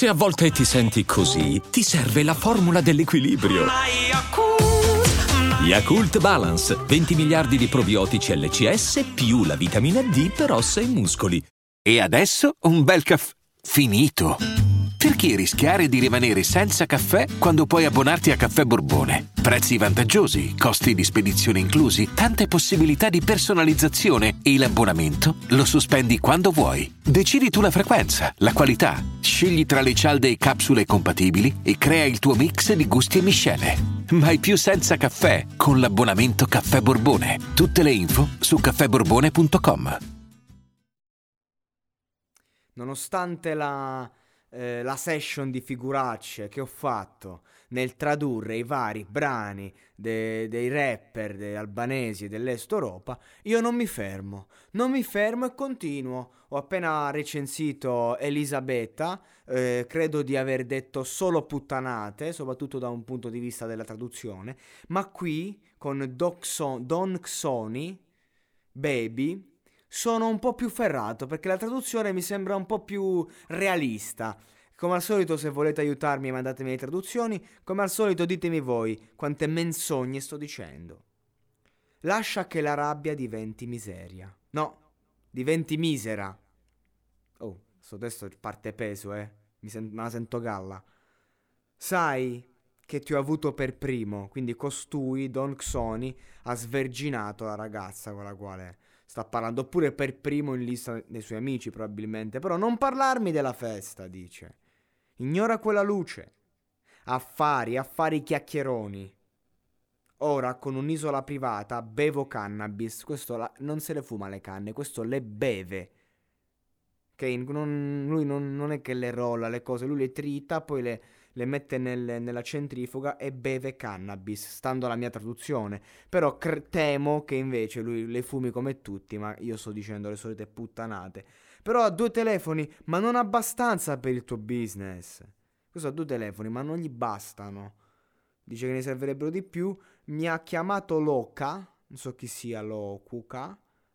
Se a volte ti senti così, ti serve la formula dell'equilibrio. Yakult Balance, 20 miliardi di probiotici LCS più la vitamina D per ossa e muscoli. E adesso un bel caffè finito. Perché rischiare di rimanere senza caffè quando puoi abbonarti a Caffè Borbone? Prezzi vantaggiosi, costi di spedizione inclusi, tante possibilità di personalizzazione e l'abbonamento lo sospendi quando vuoi. Decidi tu la frequenza, la qualità, scegli tra le cialde e capsule compatibili e crea il tuo mix di gusti e miscele. Mai più senza caffè con l'abbonamento Caffè Borbone. Tutte le info su caffèborbone.com. Nonostante la session di figuracce che ho fatto nel tradurre i vari brani dei rapper albanesi dell'Est Europa, io non mi fermo e continuo. Ho appena recensito Elisabetta, credo di aver detto solo puttanate, soprattutto da un punto di vista della traduzione, ma qui con Don Xoni, Baby, sono un po' più ferrato perché la traduzione mi sembra un po' più realista. Come al solito, se volete aiutarmi mandatemi le traduzioni. Come al solito ditemi voi quante menzogne sto dicendo. Lascia che la rabbia diventi miseria. No, diventi misera. Oh, sto testo parte peso, me la sento galla. Sai che ti ho avuto per primo, quindi costui, Don Xoni, ha sverginato la ragazza con la quale sta parlando, oppure per primo in lista dei suoi amici probabilmente, però non parlarmi della festa, dice. Ignora quella luce. Affari chiacchieroni. Ora con un'isola privata bevo cannabis, non se le fuma le canne, questo le beve. Lui non è che le rolla le cose, lui le trita, poi le mette nella centrifuga e beve cannabis, stando alla mia traduzione. Però temo che invece lui le fumi come tutti, ma io sto dicendo le solite puttanate. Però ha 2 telefoni, ma non abbastanza per il tuo business. Questo ha 2 telefoni, ma non gli bastano. Dice che ne servirebbero di più. Mi ha chiamato Loca, non so chi sia Locuca.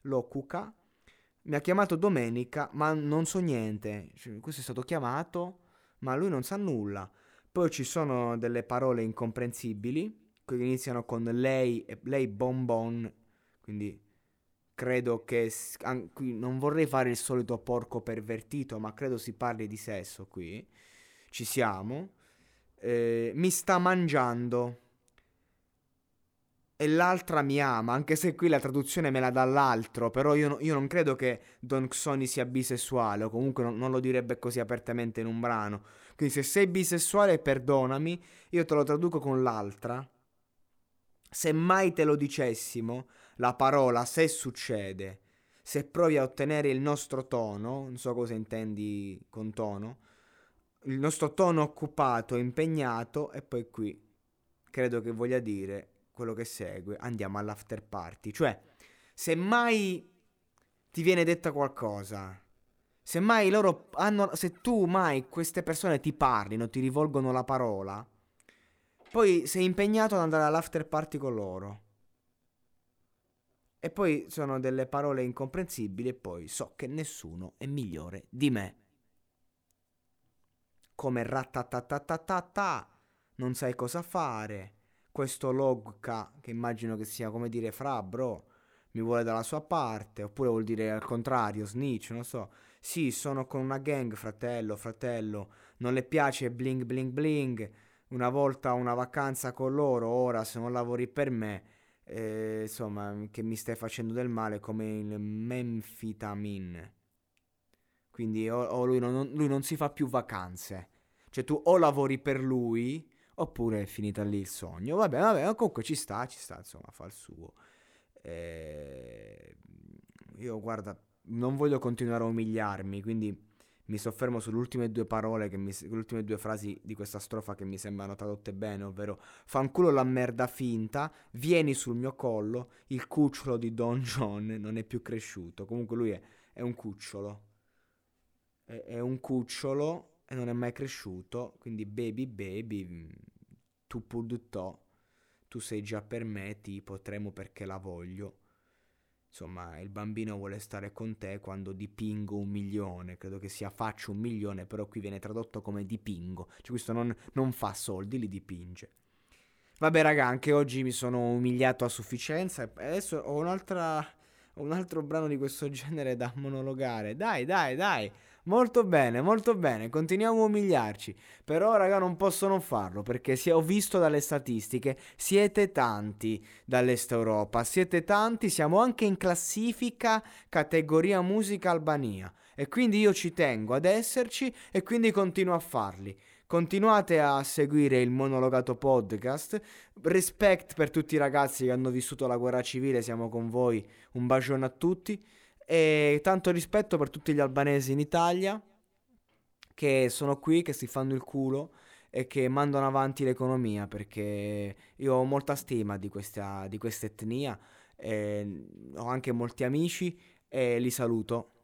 Mi ha chiamato domenica, ma non so niente. Questo è stato chiamato, ma lui non sa nulla. Poi ci sono delle parole incomprensibili che iniziano con lei bonbon. Quindi credo che qui non vorrei fare il solito porco pervertito, ma credo si parli di sesso qui. Ci siamo. Mi sta mangiando. E l'altra mi ama, anche se qui la traduzione me la dà l'altro, però io non credo che Don Xoni sia bisessuale, o comunque non lo direbbe così apertamente in un brano. Quindi se sei bisessuale, perdonami, io te lo traduco con l'altra. Se mai te lo dicessimo, la parola se succede, se provi a ottenere il nostro tono, non so cosa intendi con tono, il nostro tono occupato, impegnato, e poi qui credo che voglia dire quello che segue, andiamo all'after party. Cioè, se mai ti viene detta qualcosa, se mai se tu mai queste persone ti parlino, ti rivolgono la parola, poi sei impegnato ad andare all'after party con loro. E poi sono delle parole incomprensibili e poi so che nessuno è migliore di me. Come ratatatatata, non sai cosa fare. Questo Logca, che immagino che sia come dire fra bro, mi vuole dalla sua parte, oppure vuol dire al contrario, snitch, non so. Sì, sono con una gang, fratello, non le piace bling bling bling. Una volta una vacanza con loro, ora se non lavori per me, insomma, che mi stai facendo del male come il menfitamin. Quindi lui non si fa più vacanze. Cioè tu o lavori per lui oppure è finita lì il sogno. Vabbè, comunque ci sta, insomma, fa il suo. Io guarda, non voglio continuare a umiliarmi, quindi mi soffermo sulle ultime 2 parole, le ultime 2 frasi di questa strofa che mi sembrano tradotte bene, ovvero fanculo la merda finta, vieni sul mio collo, il cucciolo di Don John non è più cresciuto. Comunque lui è un cucciolo. È un cucciolo e non è mai cresciuto, quindi baby, tu pudutò, tu sei già per me, tipo tremo perché la voglio. insomma il bambino vuole stare con te quando dipingo 1 milione, credo che sia faccio 1 milione, però qui viene tradotto come dipingo, cioè questo non fa soldi, li dipinge. Vabbè raga, anche oggi mi sono umiliato a sufficienza e adesso ho un altro brano di questo genere da monologare. Dai, molto bene, continuiamo a umiliarci. Però raga non posso non farlo perché ho visto dalle statistiche, siete tanti dall'Est Europa, siete tanti, siamo anche in classifica categoria musica Albania e quindi io ci tengo ad esserci e quindi continuo a farli. Continuate a seguire il Monologato Podcast. Respect per tutti i ragazzi che hanno vissuto la guerra civile, siamo con voi. Un bacione a tutti. E tanto rispetto per tutti gli albanesi in Italia che sono qui, che si fanno il culo e che mandano avanti l'economia, perché io ho molta stima di questa etnia. Ho anche molti amici e li saluto.